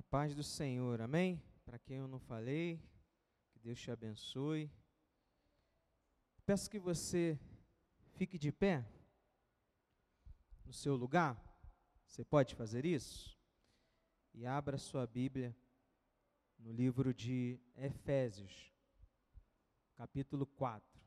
Paz do Senhor, amém? Para quem eu não falei, que Deus te abençoe. Peço que você fique de pé no seu lugar. Você pode fazer isso? E abra sua Bíblia no livro de Efésios, capítulo 4.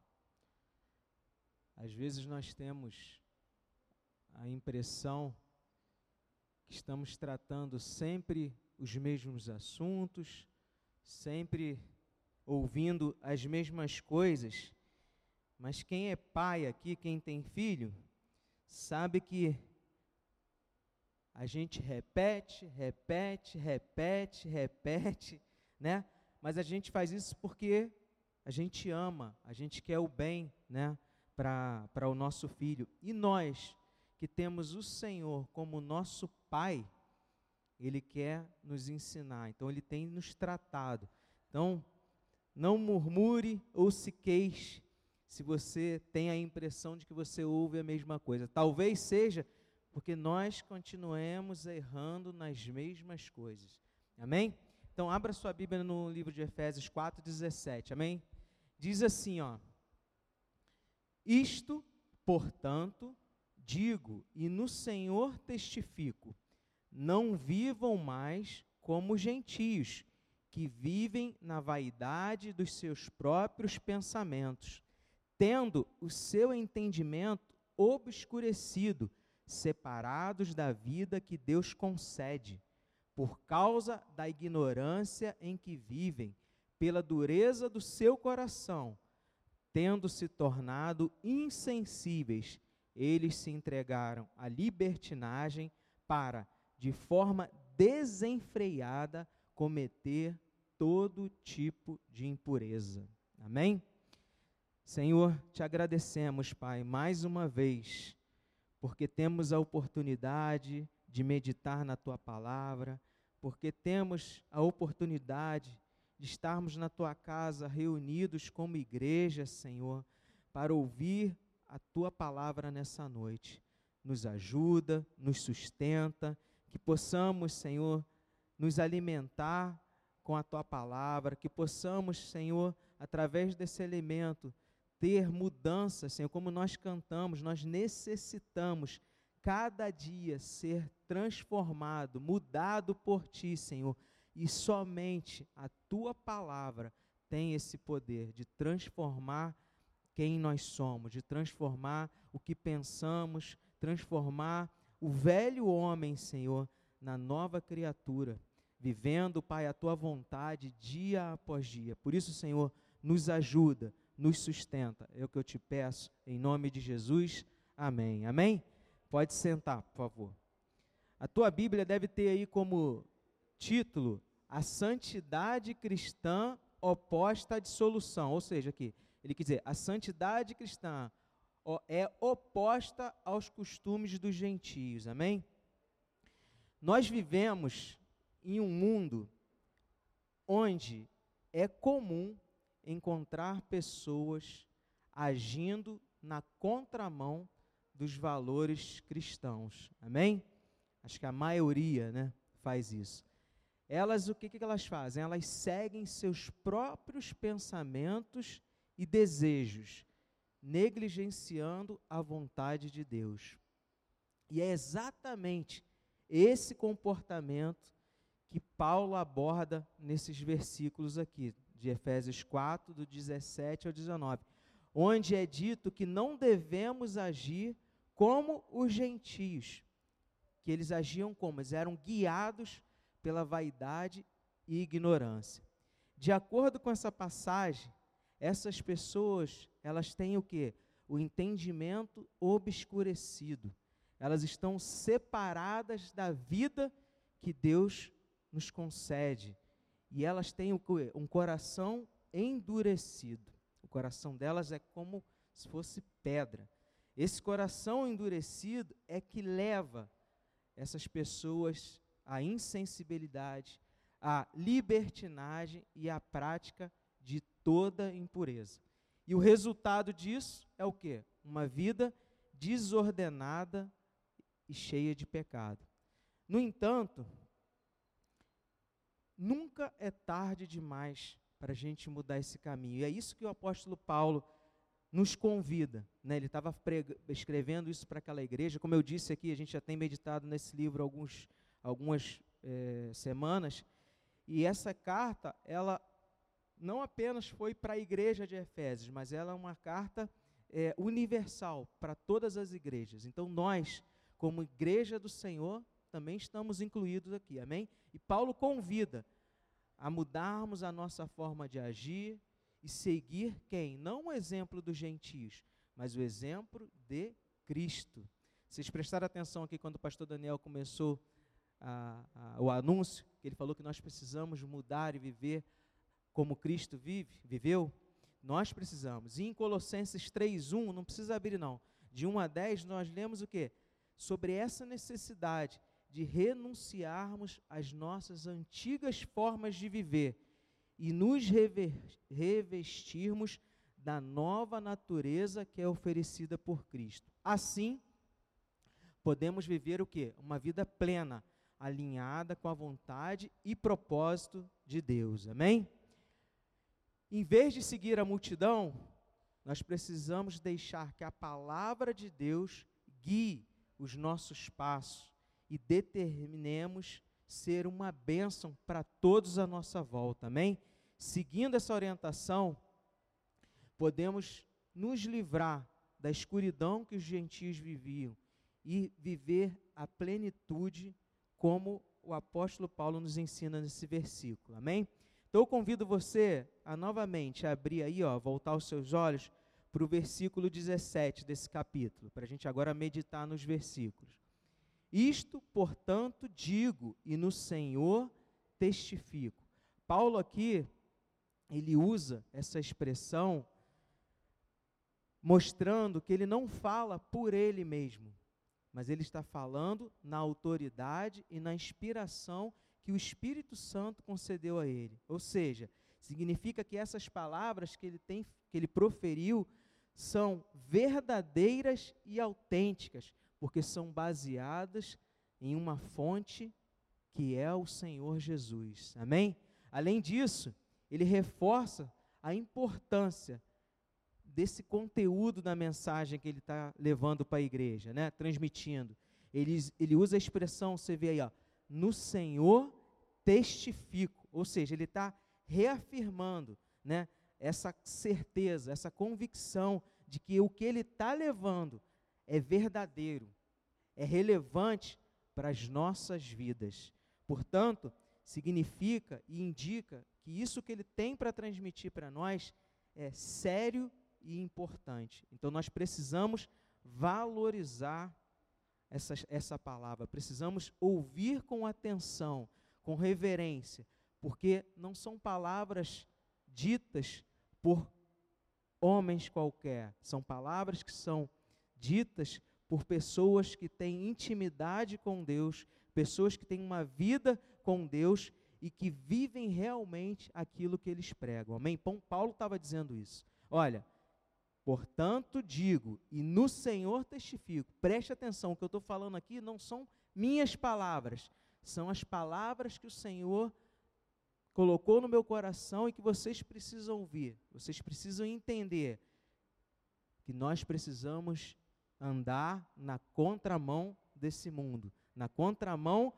Às vezes nós temos a impressão que estamos tratando sempre os mesmos assuntos, sempre ouvindo as mesmas coisas, mas quem é pai aqui, quem tem filho, sabe que a gente repete, né? Mas a gente faz isso porque a gente ama, a gente quer o bem, né? Para o nosso filho. E nós, que temos o Senhor como nosso Pai, Ele quer nos ensinar, então Ele tem nos tratado. Então, não murmure ou se queixe se você tem a impressão de que você ouve a mesma coisa. Talvez seja porque nós continuemos errando nas mesmas coisas. Amém? Então, abra sua Bíblia no livro de Efésios 4:17. Amém? Diz assim, ó: Isto, portanto, digo e no Senhor testifico, não vivam mais como gentios, que vivem na vaidade dos seus próprios pensamentos, tendo o seu entendimento obscurecido, separados da vida que Deus concede, por causa da ignorância em que vivem, pela dureza do seu coração, tendo se tornado insensíveis, eles se entregaram à libertinagem para, de forma desenfreada, cometer todo tipo de impureza. Amém? Senhor, te agradecemos, Pai, mais uma vez, porque temos a oportunidade de meditar na Tua palavra, porque temos a oportunidade de estarmos na Tua casa reunidos como igreja, Senhor, para ouvir a Tua palavra nessa noite. Nos ajuda, nos sustenta, que possamos, Senhor, nos alimentar com a Tua palavra, que possamos, Senhor, através desse alimento, ter mudança, Senhor, como nós cantamos, nós necessitamos cada dia ser transformado, mudado por Ti, Senhor, e somente a Tua palavra tem esse poder de transformar quem nós somos, de transformar o que pensamos, transformar o velho homem, Senhor, na nova criatura, vivendo, Pai, a Tua vontade dia após dia. Por isso, Senhor, nos ajuda, nos sustenta. É o que eu te peço, em nome de Jesus. Amém. Amém? Pode sentar, por favor. A tua Bíblia deve ter aí como título A Santidade Cristã Oposta à Dissolução. Ou seja, aqui, ele quer dizer, a santidade cristã é oposta aos costumes dos gentios. Amém? Nós vivemos em um mundo onde é comum encontrar pessoas agindo na contramão dos valores cristãos. Amém? Acho que a maioria, né, faz isso. Elas, o que elas fazem? Elas seguem seus próprios pensamentos e desejos, negligenciando a vontade de Deus. E é exatamente esse comportamento que Paulo aborda nesses versículos aqui, de Efésios 4, do 17 ao 19, onde é dito que não devemos agir como os gentios, que eles agiam como? Eles eram guiados pela vaidade e ignorância. De acordo com essa passagem, essas pessoas, elas têm o quê? O entendimento obscurecido. Elas estão separadas da vida que Deus nos concede. E elas têm um coração endurecido. O coração delas é como se fosse pedra. Esse coração endurecido é que leva essas pessoas à insensibilidade, à libertinagem e à prática de toda impureza. E o resultado disso é o quê? Uma vida desordenada e cheia de pecado. No entanto, nunca é tarde demais para a gente mudar esse caminho. E é isso que o apóstolo Paulo nos convida, né? Ele estava escrevendo isso para aquela igreja. Como eu disse aqui, a gente já tem meditado nesse livro algumas semanas, e essa carta, ela não apenas foi para a igreja de Efésios, mas ela é uma carta universal para todas as igrejas. Então nós, como igreja do Senhor, também estamos incluídos aqui, amém? E Paulo convida a mudarmos a nossa forma de agir e seguir quem? Não o exemplo dos gentios, mas o exemplo de Cristo. Vocês prestaram atenção aqui quando o pastor Daniel começou o anúncio, que ele falou que nós precisamos mudar e viver como Cristo viveu? Nós precisamos. E em Colossenses 3:1, não precisa abrir não, de 1 a 10, nós lemos o quê? Sobre essa necessidade de renunciarmos às nossas antigas formas de viver e nos revestirmos da nova natureza que é oferecida por Cristo. Assim, podemos viver o quê? Uma vida plena, alinhada com a vontade e propósito de Deus, amém? Em vez de seguir a multidão, nós precisamos deixar que a palavra de Deus guie os nossos passos e determinemos ser uma bênção para todos à nossa volta, amém? Seguindo essa orientação, podemos nos livrar da escuridão que os gentios viviam e viver a plenitude como o apóstolo Paulo nos ensina nesse versículo, amém? Então eu convido você a novamente abrir aí, voltar os seus olhos para o versículo 17 desse capítulo, para a gente agora meditar nos versículos. Isto, portanto, digo e no Senhor testifico. Paulo aqui, ele usa essa expressão mostrando que ele não fala por ele mesmo, mas ele está falando na autoridade e na inspiração que o Espírito Santo concedeu a ele. Ou seja, significa que essas palavras que ele proferiu são verdadeiras e autênticas, porque são baseadas em uma fonte que é o Senhor Jesus. Amém? Além disso, ele reforça a importância desse conteúdo da mensagem que ele está levando para a igreja, né? Transmitindo. Ele usa a expressão, você vê aí, no Senhor testifico, ou seja, ele está reafirmando, né, essa certeza, essa convicção de que o que ele está levando é verdadeiro, é relevante para as nossas vidas. Portanto, significa e indica que isso que ele tem para transmitir para nós é sério e importante. Então nós precisamos valorizar essa palavra, precisamos ouvir com atenção, com reverência, porque não são palavras ditas por homens qualquer, são palavras que são ditas por pessoas que têm intimidade com Deus, pessoas que têm uma vida com Deus e que vivem realmente aquilo que eles pregam, amém? Paulo estava dizendo isso. Olha, portanto digo, e no Senhor testifico, preste atenção, o que eu estou falando aqui não são minhas palavras, são as palavras que o Senhor colocou no meu coração e que vocês precisam ouvir, vocês precisam entender que nós precisamos andar na contramão desse mundo, na contramão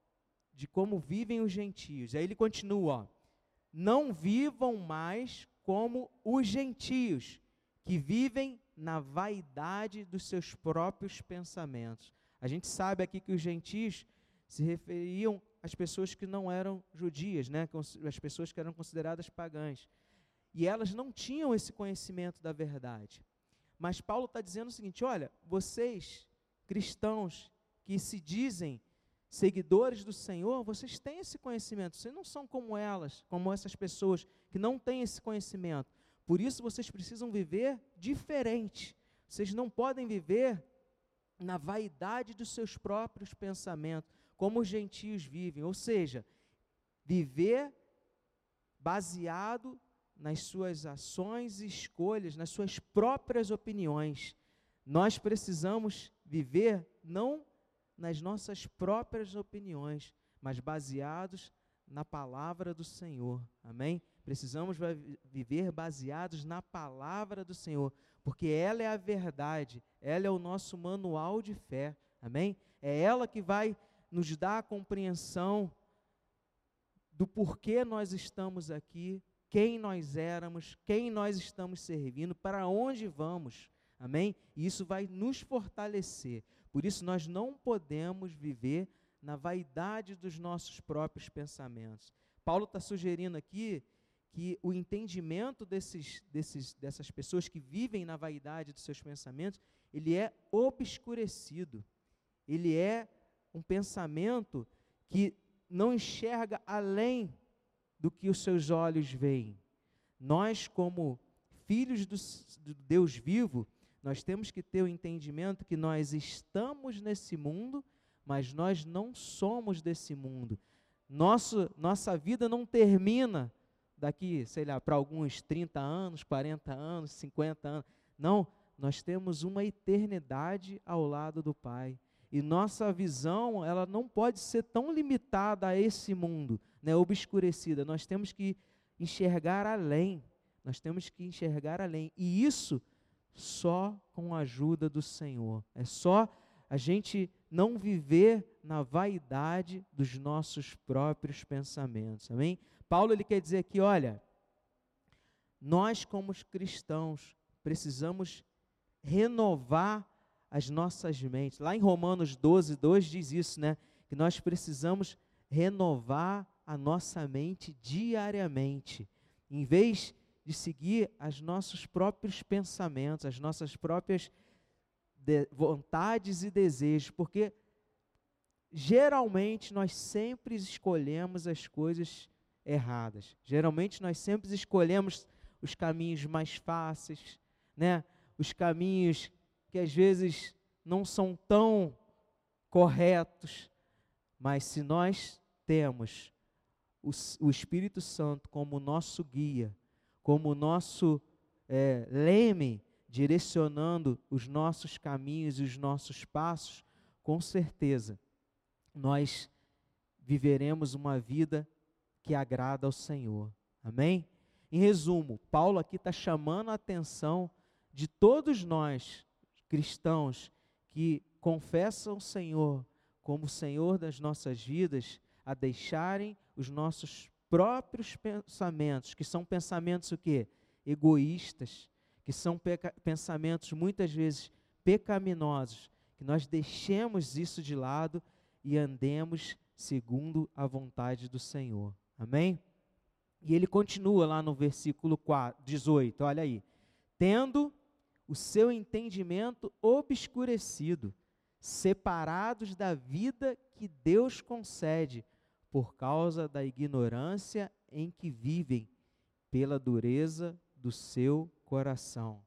de como vivem os gentios. Aí ele continua, não vivam mais como os gentios, que vivem na vaidade dos seus próprios pensamentos. A gente sabe aqui que os gentios se referiam às pessoas que não eram judias, né? As pessoas que eram consideradas pagãs. E elas não tinham esse conhecimento da verdade. Mas Paulo está dizendo o seguinte, olha, vocês, cristãos, que se dizem seguidores do Senhor, vocês têm esse conhecimento, vocês não são como elas, como essas pessoas que não têm esse conhecimento. Por isso vocês precisam viver diferente. Vocês não podem viver na vaidade dos seus próprios pensamentos, como os gentios vivem, ou seja, viver baseado nas suas ações e escolhas, nas suas próprias opiniões. Nós precisamos viver não nas nossas próprias opiniões, mas baseados na palavra do Senhor, amém? Precisamos viver baseados na palavra do Senhor, porque ela é a verdade, ela é o nosso manual de fé, amém? É ela que vai nos dar a compreensão do porquê nós estamos aqui, quem nós éramos, quem nós estamos servindo, para onde vamos, amém? E isso vai nos fortalecer. Por isso nós não podemos viver na vaidade dos nossos próprios pensamentos. Paulo está sugerindo aqui que o entendimento dessas pessoas que vivem na vaidade dos seus pensamentos, ele é obscurecido. Ele é um pensamento que não enxerga além do que os seus olhos veem. Nós, como filhos do Deus vivo, nós temos que ter o entendimento que nós estamos nesse mundo, mas nós não somos desse mundo. Nossa vida não termina daqui, sei lá, para alguns 30 anos, 40 anos, 50 anos. Não, nós temos uma eternidade ao lado do Pai. E nossa visão, ela não pode ser tão limitada a esse mundo, né, obscurecida. Nós temos que enxergar além. Nós temos que enxergar além. E isso só com a ajuda do Senhor. É só a gente não viver na vaidade dos nossos próprios pensamentos. Amém? Paulo, ele quer dizer aqui, olha, nós como cristãos precisamos renovar as nossas mentes. Lá em Romanos 12:2 diz isso, né? Que nós precisamos renovar a nossa mente diariamente. Em vez de seguir os nossos próprios pensamentos, as nossas próprias vontades e desejos, porque geralmente nós sempre escolhemos as coisas erradas. Geralmente nós sempre escolhemos os caminhos mais fáceis, né? Os caminhos que às vezes não são tão corretos, mas se nós temos o Espírito Santo como nosso guia, como nosso leme, direcionando os nossos caminhos e os nossos passos, com certeza nós viveremos uma vida que agrada ao Senhor. Amém? Em resumo, Paulo aqui está chamando a atenção de todos nós, cristãos, que confessam o Senhor como o Senhor das nossas vidas, a deixarem os nossos próprios pensamentos, que são pensamentos o quê? Egoístas, que são pensamentos muitas vezes pecaminosos, que nós deixemos isso de lado e andemos segundo a vontade do Senhor. Amém? E ele continua lá no versículo 18, olha aí. Tendo o seu entendimento obscurecido, separados da vida que Deus concede, por causa da ignorância em que vivem, pela dureza do seu coração.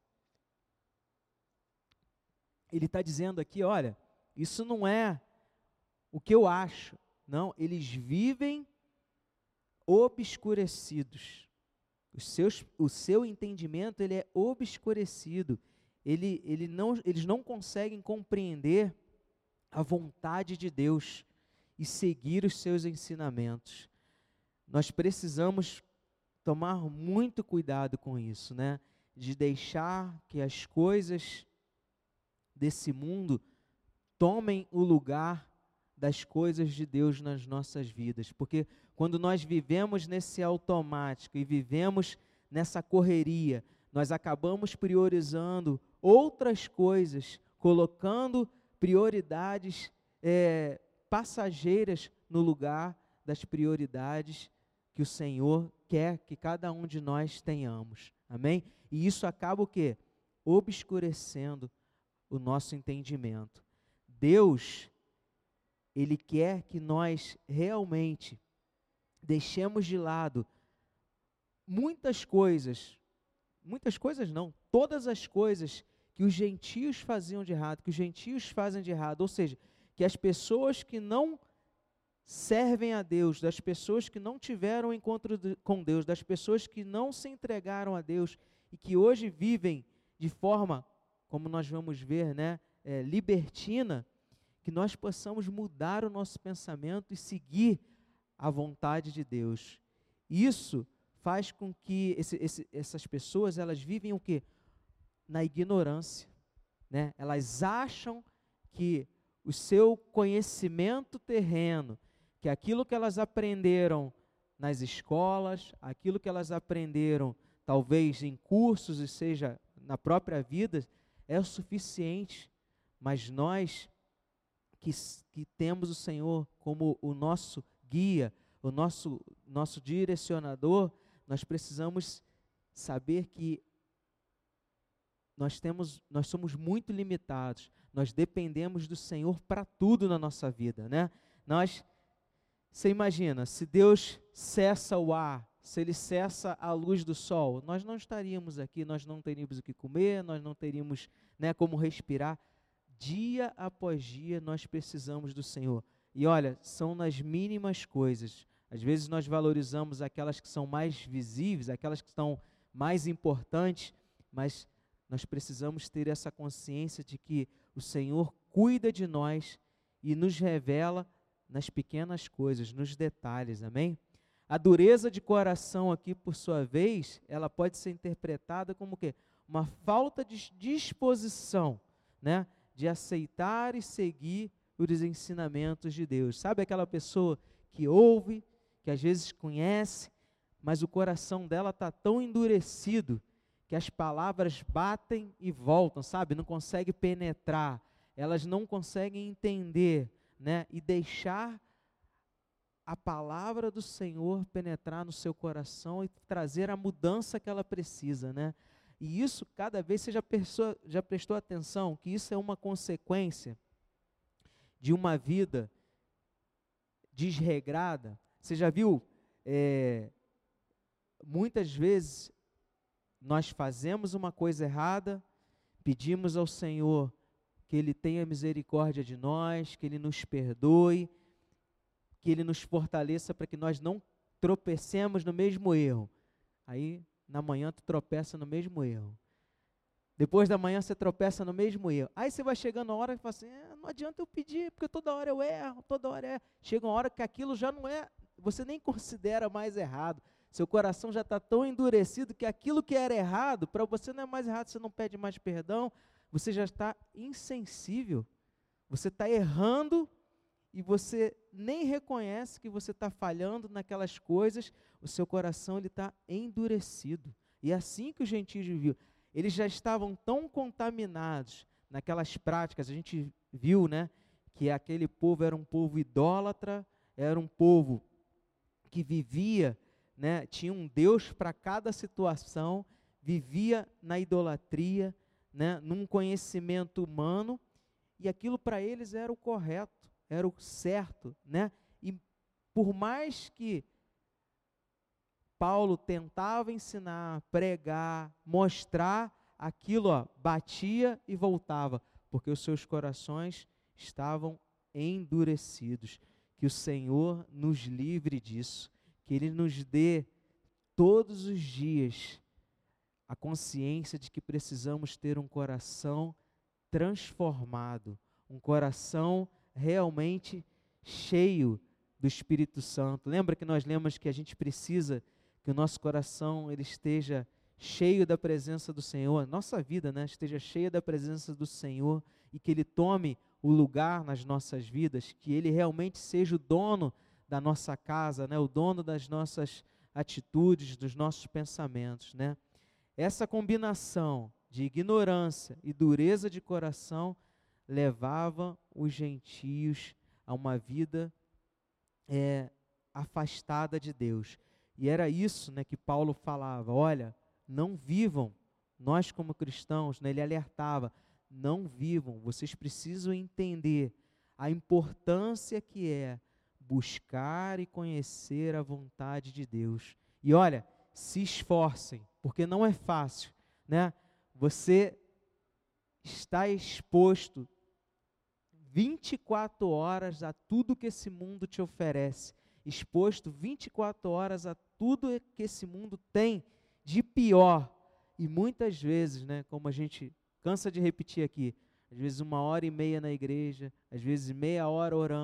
Ele está dizendo aqui, olha, isso não é o que eu acho, não, eles vivem obscurecidos. O seu entendimento, ele é obscurecido. Eles não conseguem compreender a vontade de Deus e seguir os seus ensinamentos. Nós precisamos tomar muito cuidado com isso, né? De deixar que as coisas desse mundo tomem o lugar das coisas de Deus nas nossas vidas, porque quando nós vivemos nesse automático e vivemos nessa correria, nós acabamos priorizando outras coisas, colocando prioridades passageiras no lugar das prioridades que o Senhor quer que cada um de nós tenhamos, amém? E isso acaba o quê? Obscurecendo o nosso entendimento. Deus, Ele quer que nós realmente deixemos de lado muitas coisas não, todas as coisas que os gentios faziam de errado, que os gentios fazem de errado, ou seja, que as pessoas que não servem a Deus, das pessoas que não tiveram um encontro com Deus, das pessoas que não se entregaram a Deus e que hoje vivem de forma, como nós vamos ver, né, libertina, que nós possamos mudar o nosso pensamento e seguir a vontade de Deus. Isso faz com que essas pessoas, elas vivem o quê? Na ignorância, né? Elas acham que o seu conhecimento terreno, que aquilo que elas aprenderam nas escolas, aquilo que elas aprenderam talvez em cursos e seja na própria vida, é o suficiente. Mas nós que temos o Senhor como o nosso guia, o nosso direcionador, nós precisamos saber que nós somos muito limitados, nós dependemos do Senhor para tudo na nossa vida, né? Você imagina, se Deus cessa o ar, se Ele cessa a luz do sol, nós não estaríamos aqui, nós não teríamos o que comer, nós não teríamos, né, como respirar. Dia após dia nós precisamos do Senhor. E olha, são nas mínimas coisas. Às vezes nós valorizamos aquelas que são mais visíveis, aquelas que são mais importantes, mas nós precisamos ter essa consciência de que o Senhor cuida de nós e nos revela nas pequenas coisas, nos detalhes, amém? A dureza de coração aqui, por sua vez, ela pode ser interpretada como o quê? Uma falta de disposição, né? De aceitar e seguir os ensinamentos de Deus. Sabe aquela pessoa que ouve, que às vezes conhece, mas o coração dela está tão endurecido que as palavras batem e voltam, sabe? Não consegue penetrar, elas não conseguem entender, né? E deixar a palavra do Senhor penetrar no seu coração e trazer a mudança que ela precisa, né? E isso, cada vez, você já prestou atenção que isso é uma consequência de uma vida desregrada? Você já viu, muitas vezes, nós fazemos uma coisa errada, pedimos ao Senhor que Ele tenha misericórdia de nós, que Ele nos perdoe, que Ele nos fortaleça para que nós não tropecemos no mesmo erro. Aí, na manhã, tu tropeça no mesmo erro. Depois da manhã, você tropeça no mesmo erro. Aí você vai chegando a hora e fala assim, não adianta eu pedir, porque toda hora eu erro, toda hora é. Chega uma hora que aquilo já não é, você nem considera mais errado. Seu coração já está tão endurecido que aquilo que era errado, para você não é mais errado, você não pede mais perdão, você já está insensível. Você está errando e você nem reconhece que você está falhando naquelas coisas, o seu coração está endurecido. E é assim que os gentios viviam. Eles já estavam tão contaminados naquelas práticas, a gente viu, né, que aquele povo era um povo idólatra, era um povo que vivia, né, tinha um Deus para cada situação, vivia na idolatria, né, num conhecimento humano, e aquilo para eles era o correto, era o certo, né? E por mais que Paulo tentava ensinar, pregar, mostrar, aquilo batia e voltava, porque os seus corações estavam endurecidos. Que o Senhor nos livre disso, que Ele nos dê todos os dias a consciência de que precisamos ter um coração transformado, um coração realmente cheio do Espírito Santo. Lembra que nós lemos que a gente precisa que o nosso coração ele esteja cheio da presença do Senhor, nossa vida, né, esteja cheia da presença do Senhor e que Ele tome o lugar nas nossas vidas, que Ele realmente seja o dono da nossa casa, né, o dono das nossas atitudes, dos nossos pensamentos, né? Essa combinação de ignorância e dureza de coração levava os gentios a uma vida afastada de Deus. E era isso, né, que Paulo falava, olha, não vivam, nós como cristãos, né, ele alertava, não vivam, vocês precisam entender a importância que é buscar e conhecer a vontade de Deus. E olha, se esforcem, porque não é fácil, né? Você está exposto 24 horas a tudo que esse mundo te oferece, exposto 24 horas a tudo que esse mundo tem de pior, e muitas vezes, né, como a gente cansa de repetir aqui, às vezes 1h30 na igreja, às vezes meia hora orando,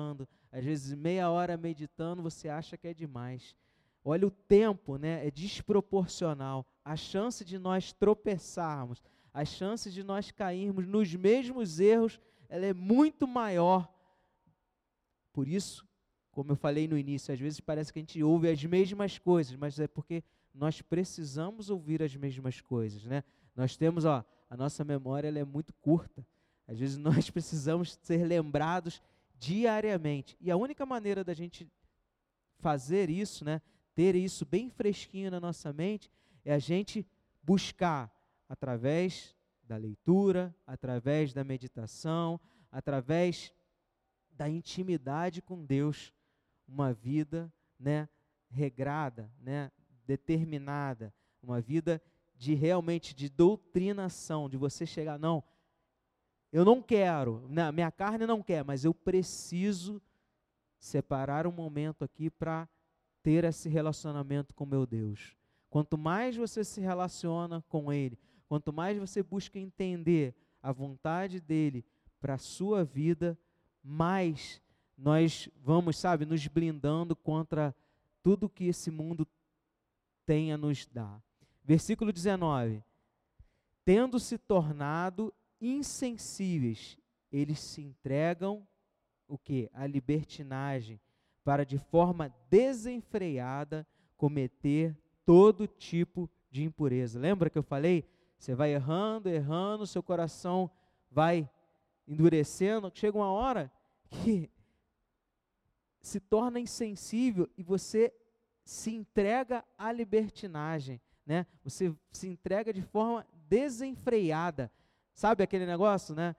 Às vezes meia hora meditando você acha que é demais. Olha o tempo, né? É desproporcional. A chance de nós tropeçarmos, a chance de nós cairmos nos mesmos erros, ela é muito maior. Por isso, como eu falei no início, às vezes parece que a gente ouve as mesmas coisas, mas é porque nós precisamos ouvir as mesmas coisas, né? Nós temos, a nossa memória ela é muito curta. Às vezes nós precisamos ser lembrados diariamente. E a única maneira da gente fazer isso, né, ter isso bem fresquinho na nossa mente, é a gente buscar através da leitura, através da meditação, através da intimidade com Deus, uma vida, né, regrada, né, determinada, uma vida de realmente de doutrinação, de você chegar, não, eu não quero, minha carne não quer, mas eu preciso separar um momento aqui para ter esse relacionamento com meu Deus. Quanto mais você se relaciona com Ele, quanto mais você busca entender a vontade dEle para a sua vida, mais nós vamos, nos blindando contra tudo que esse mundo tem a nos dar. Versículo 19. Tendo se tornado insensíveis, eles se entregam o quê? A libertinagem, para de forma desenfreada cometer todo tipo de impureza. Lembra que eu falei? Você vai errando, seu coração vai endurecendo, chega uma hora que se torna insensível e você se entrega à libertinagem, né? Você se entrega de forma desenfreada. Sabe aquele negócio, né?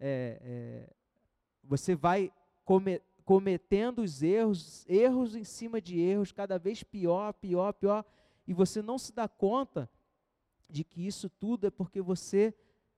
Você vai cometendo os erros em cima de erros, cada vez pior, e você não se dá conta de que isso tudo é porque você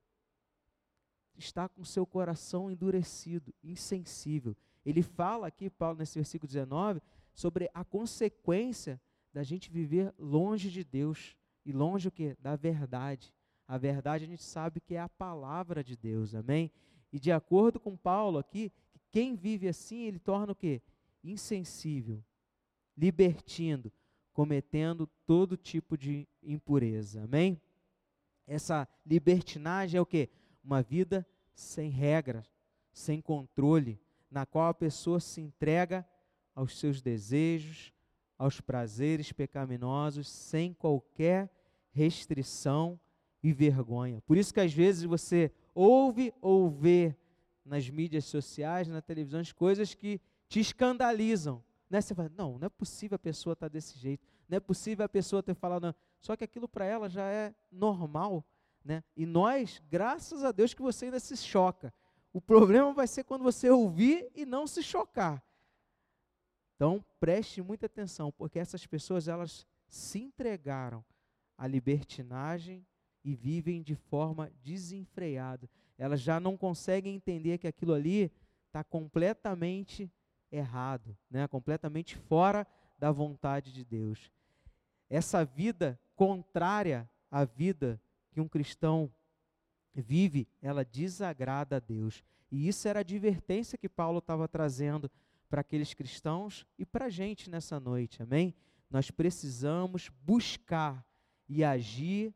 está com seu coração endurecido, insensível. Ele fala aqui, Paulo, nesse versículo 19, sobre a consequência da gente viver longe de Deus, e longe o quê? Da verdade. A verdade a gente sabe que é a palavra de Deus, amém? E de acordo com Paulo aqui, quem vive assim, ele torna o quê? Insensível, libertino, cometendo todo tipo de impureza, amém? Essa libertinagem é o quê? Uma vida sem regras, sem controle, na qual a pessoa se entrega aos seus desejos, aos prazeres pecaminosos, sem qualquer restrição e vergonha. Por isso que às vezes você ouve ou vê nas mídias sociais, na televisão, as coisas que te escandalizam, né? Você fala, não é possível a pessoa estar desse jeito, não é possível a pessoa ter falado, não. Só que aquilo para ela já é normal, né? E nós, graças a Deus que você ainda se choca. O problema vai ser quando você ouvir e não se chocar. Então, preste muita atenção, porque essas pessoas, elas se entregaram à libertinagem e vivem de forma desenfreada. Elas já não conseguem entender que aquilo ali está completamente errado, né? Completamente fora da vontade de Deus. Essa vida contrária à vida que um cristão vive, ela desagrada a Deus. E isso era a advertência que Paulo estava trazendo para aqueles cristãos e para a gente nessa noite, amém? Nós precisamos buscar e agir,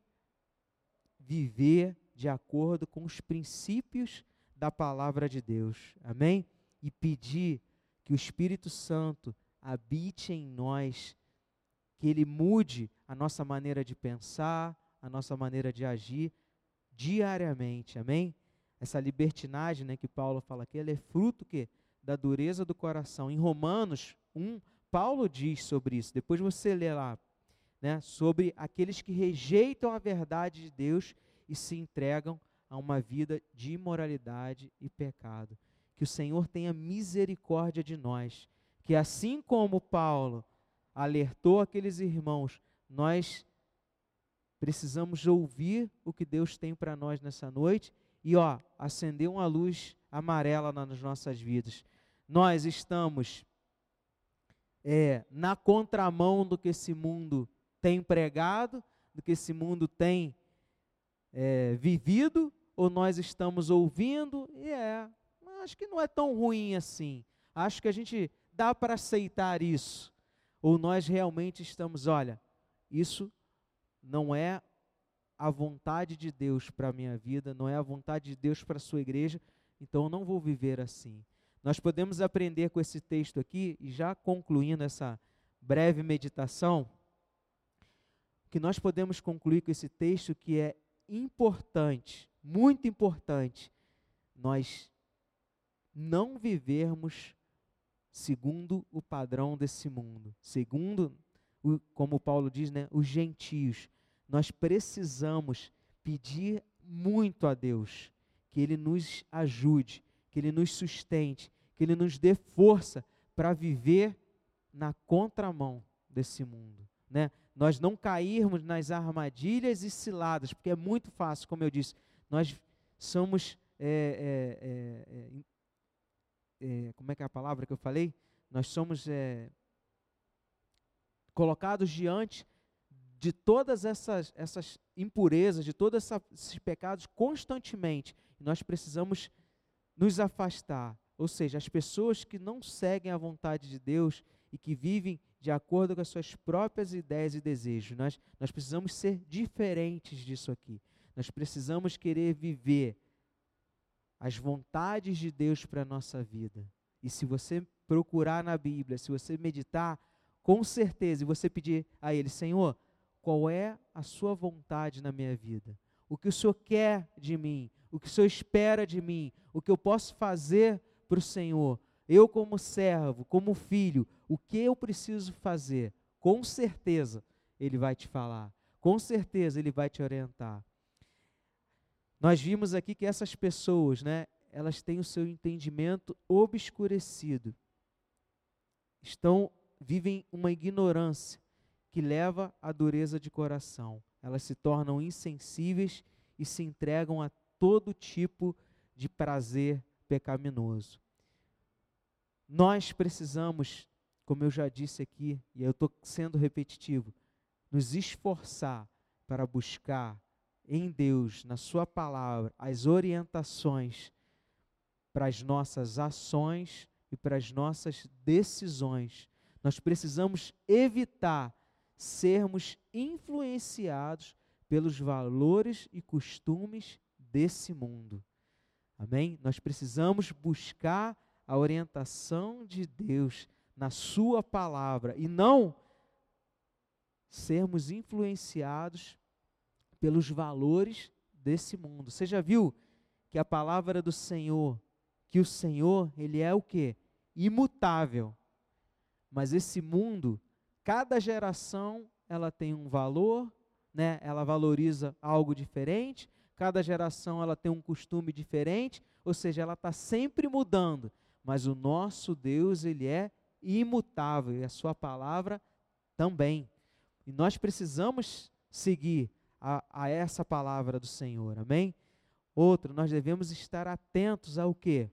viver de acordo com os princípios da palavra de Deus, amém? E pedir que o Espírito Santo habite em nós, que Ele mude a nossa maneira de pensar, a nossa maneira de agir diariamente, amém? Essa libertinagem, né, que Paulo fala aqui, ela é fruto que da dureza do coração. Em Romanos 1, Paulo diz sobre isso, depois você lê lá, né, sobre aqueles que rejeitam a verdade de Deus e se entregam a uma vida de imoralidade e pecado. Que o Senhor tenha misericórdia de nós, que assim como Paulo alertou aqueles irmãos, nós precisamos ouvir o que Deus tem para nós nessa noite e acender uma luz amarela nas nossas vidas. Nós estamos na contramão do que esse mundo tem pregado, do que esse mundo tem vivido, ou nós estamos ouvindo e acho que não é tão ruim assim. acho que a gente dá para aceitar isso. Ou nós realmente estamos, olha, isso não é a vontade de Deus para a minha vida, não é a vontade de Deus para a sua igreja, então eu não vou viver assim. Nós podemos aprender com esse texto aqui, e já concluindo essa breve meditação, que nós podemos concluir com esse texto que é importante, muito importante, nós não vivermos segundo o padrão desse mundo, segundo, como Paulo diz, né, os gentios. Nós precisamos pedir muito a Deus, que Ele nos ajude, que Ele nos sustente, que Ele nos dê força para viver na contramão desse mundo, né? Nós não cairmos nas armadilhas e ciladas, porque é muito fácil, como eu disse, nós somos, como é que é a palavra que eu falei? Nós somos colocados diante de todas essas impurezas, de todos esses pecados constantemente. E nós precisamos nos afastar. Ou seja, as pessoas que não seguem a vontade de Deus e que vivem de acordo com as suas próprias ideias e desejos. Nós precisamos ser diferentes disso aqui. Nós precisamos querer viver as vontades de Deus para a nossa vida. E se você procurar na Bíblia, se você meditar, com certeza, e você pedir a Ele, Senhor, qual é a sua vontade na minha vida? O que o Senhor quer de mim? O que o Senhor espera de mim? O que eu posso fazer para o Senhor? Eu como servo, como filho, o que eu preciso fazer? Com certeza Ele vai te falar. Com certeza Ele vai te orientar. Nós vimos aqui que essas pessoas, né, elas têm o seu entendimento obscurecido. Vivem uma ignorância que leva à dureza de coração. Elas se tornam insensíveis e se entregam a todo tipo de prazer pecaminoso. Nós precisamos, como eu já disse aqui, e eu estou sendo repetitivo, nos esforçar para buscar em Deus, na sua palavra, as orientações para as nossas ações e para as nossas decisões. Nós precisamos evitar sermos influenciados pelos valores e costumes desse mundo. Amém? Nós precisamos buscar a orientação de Deus na sua palavra e não sermos influenciados pelos valores desse mundo. Você já viu que a palavra do Senhor, que o Senhor, Ele é o quê? Imutável. Mas esse mundo, cada geração, ela tem um valor, né? Ela valoriza algo diferente, cada geração ela tem um costume diferente, ou seja, ela está sempre mudando. Mas o nosso Deus, Ele é imutável, e a sua palavra também. E nós precisamos seguir a essa palavra do Senhor, amém? Outro, nós devemos estar atentos ao quê?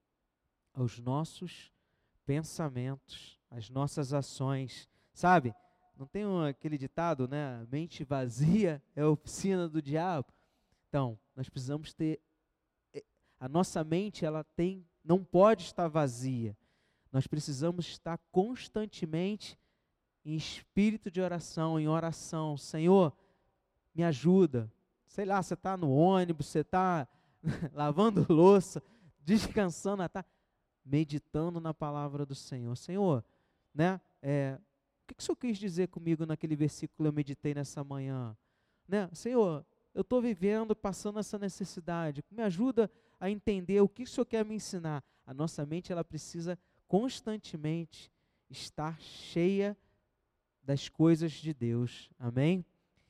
Aos nossos pensamentos, às nossas ações, sabe? Não tem aquele ditado, né? Mente vazia é a oficina do diabo. Então, nós precisamos ter, a nossa mente, não pode estar vazia. Nós precisamos estar constantemente em espírito de oração, em oração. Senhor, me ajuda. Sei lá, você está no ônibus, você está lavando louça, descansando, está meditando na palavra do Senhor. Senhor, né? O que o Senhor quis dizer comigo naquele versículo que eu meditei nessa manhã? Né? Senhor, eu estou vivendo, passando essa necessidade. Me ajuda a entender o que o Senhor quer me ensinar. A nossa mente, ela precisa constantemente estar cheia das coisas de Deus. Amém?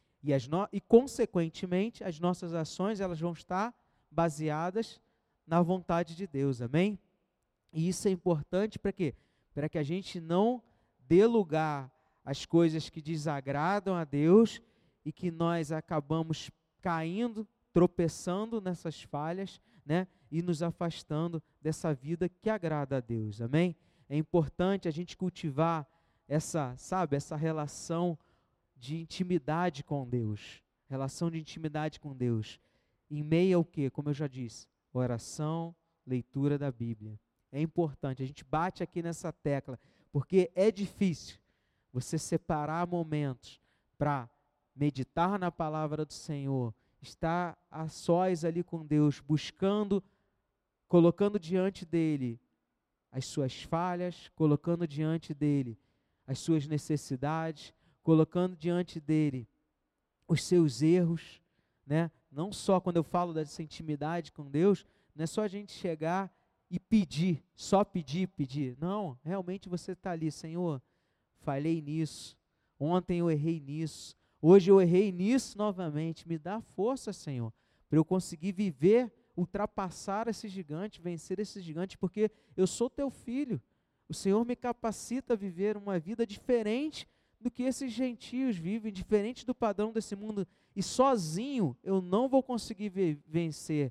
E consequentemente, as nossas ações, elas vão estar baseadas na vontade de Deus. Amém? E isso é importante para quê? Para que a gente não dê lugar às coisas que desagradam a Deus e que nós acabamos caindo, tropeçando nessas falhas, né? E nos afastando dessa vida que agrada a Deus. Amém? É importante a gente cultivar essa relação de intimidade com Deus. Relação de intimidade com Deus. Em meio ao quê? Como eu já disse, oração, leitura da Bíblia. é importante, a gente bate aqui nessa tecla, porque é difícil você separar momentos para meditar na palavra do Senhor, estar a sós ali com Deus, buscando, colocando diante dele as suas falhas, colocando diante dele as suas necessidades, colocando diante dele os seus erros, né? Não só quando eu falo dessa intimidade com Deus, não é só a gente chegar e pedir, só pedir, pedir. Não, realmente você está ali, Senhor, falhei nisso, ontem eu errei nisso, hoje eu errei nisso novamente, me dá força, Senhor, para eu conseguir viver, ultrapassar esse gigante, vencer esse gigante, porque eu sou teu filho, o Senhor me capacita a viver uma vida diferente do que esses gentios vivem, diferente do padrão desse mundo, e sozinho eu não vou conseguir vencer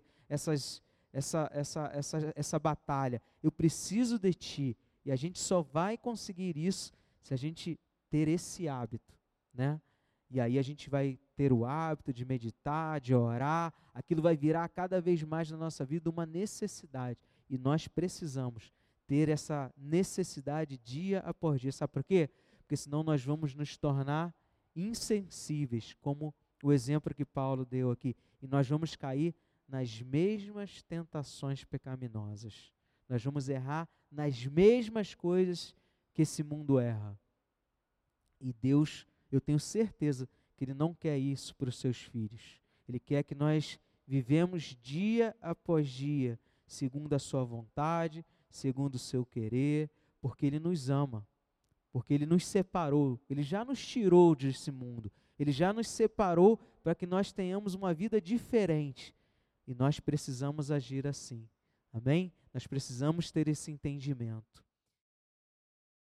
essa batalha, eu preciso de Ti, e a gente só vai conseguir isso se a gente ter esse hábito, né? E aí a gente vai ter o hábito de meditar, de orar, aquilo vai virar cada vez mais na nossa vida uma necessidade, e nós precisamos ter essa necessidade dia após dia, sabe por quê? Porque senão nós vamos nos tornar insensíveis, como o exemplo que Paulo deu aqui, e nós vamos cair nas mesmas tentações pecaminosas, nós vamos errar nas mesmas coisas que esse mundo erra, e Deus, eu tenho certeza que Ele não quer isso para os seus filhos, Ele quer que nós vivemos dia após dia, segundo a sua vontade, segundo o seu querer, porque Ele nos ama, porque Ele nos separou, Ele já nos tirou desse mundo, Ele já nos separou para que nós tenhamos uma vida diferente, e nós precisamos agir assim, amém? Nós precisamos ter esse entendimento.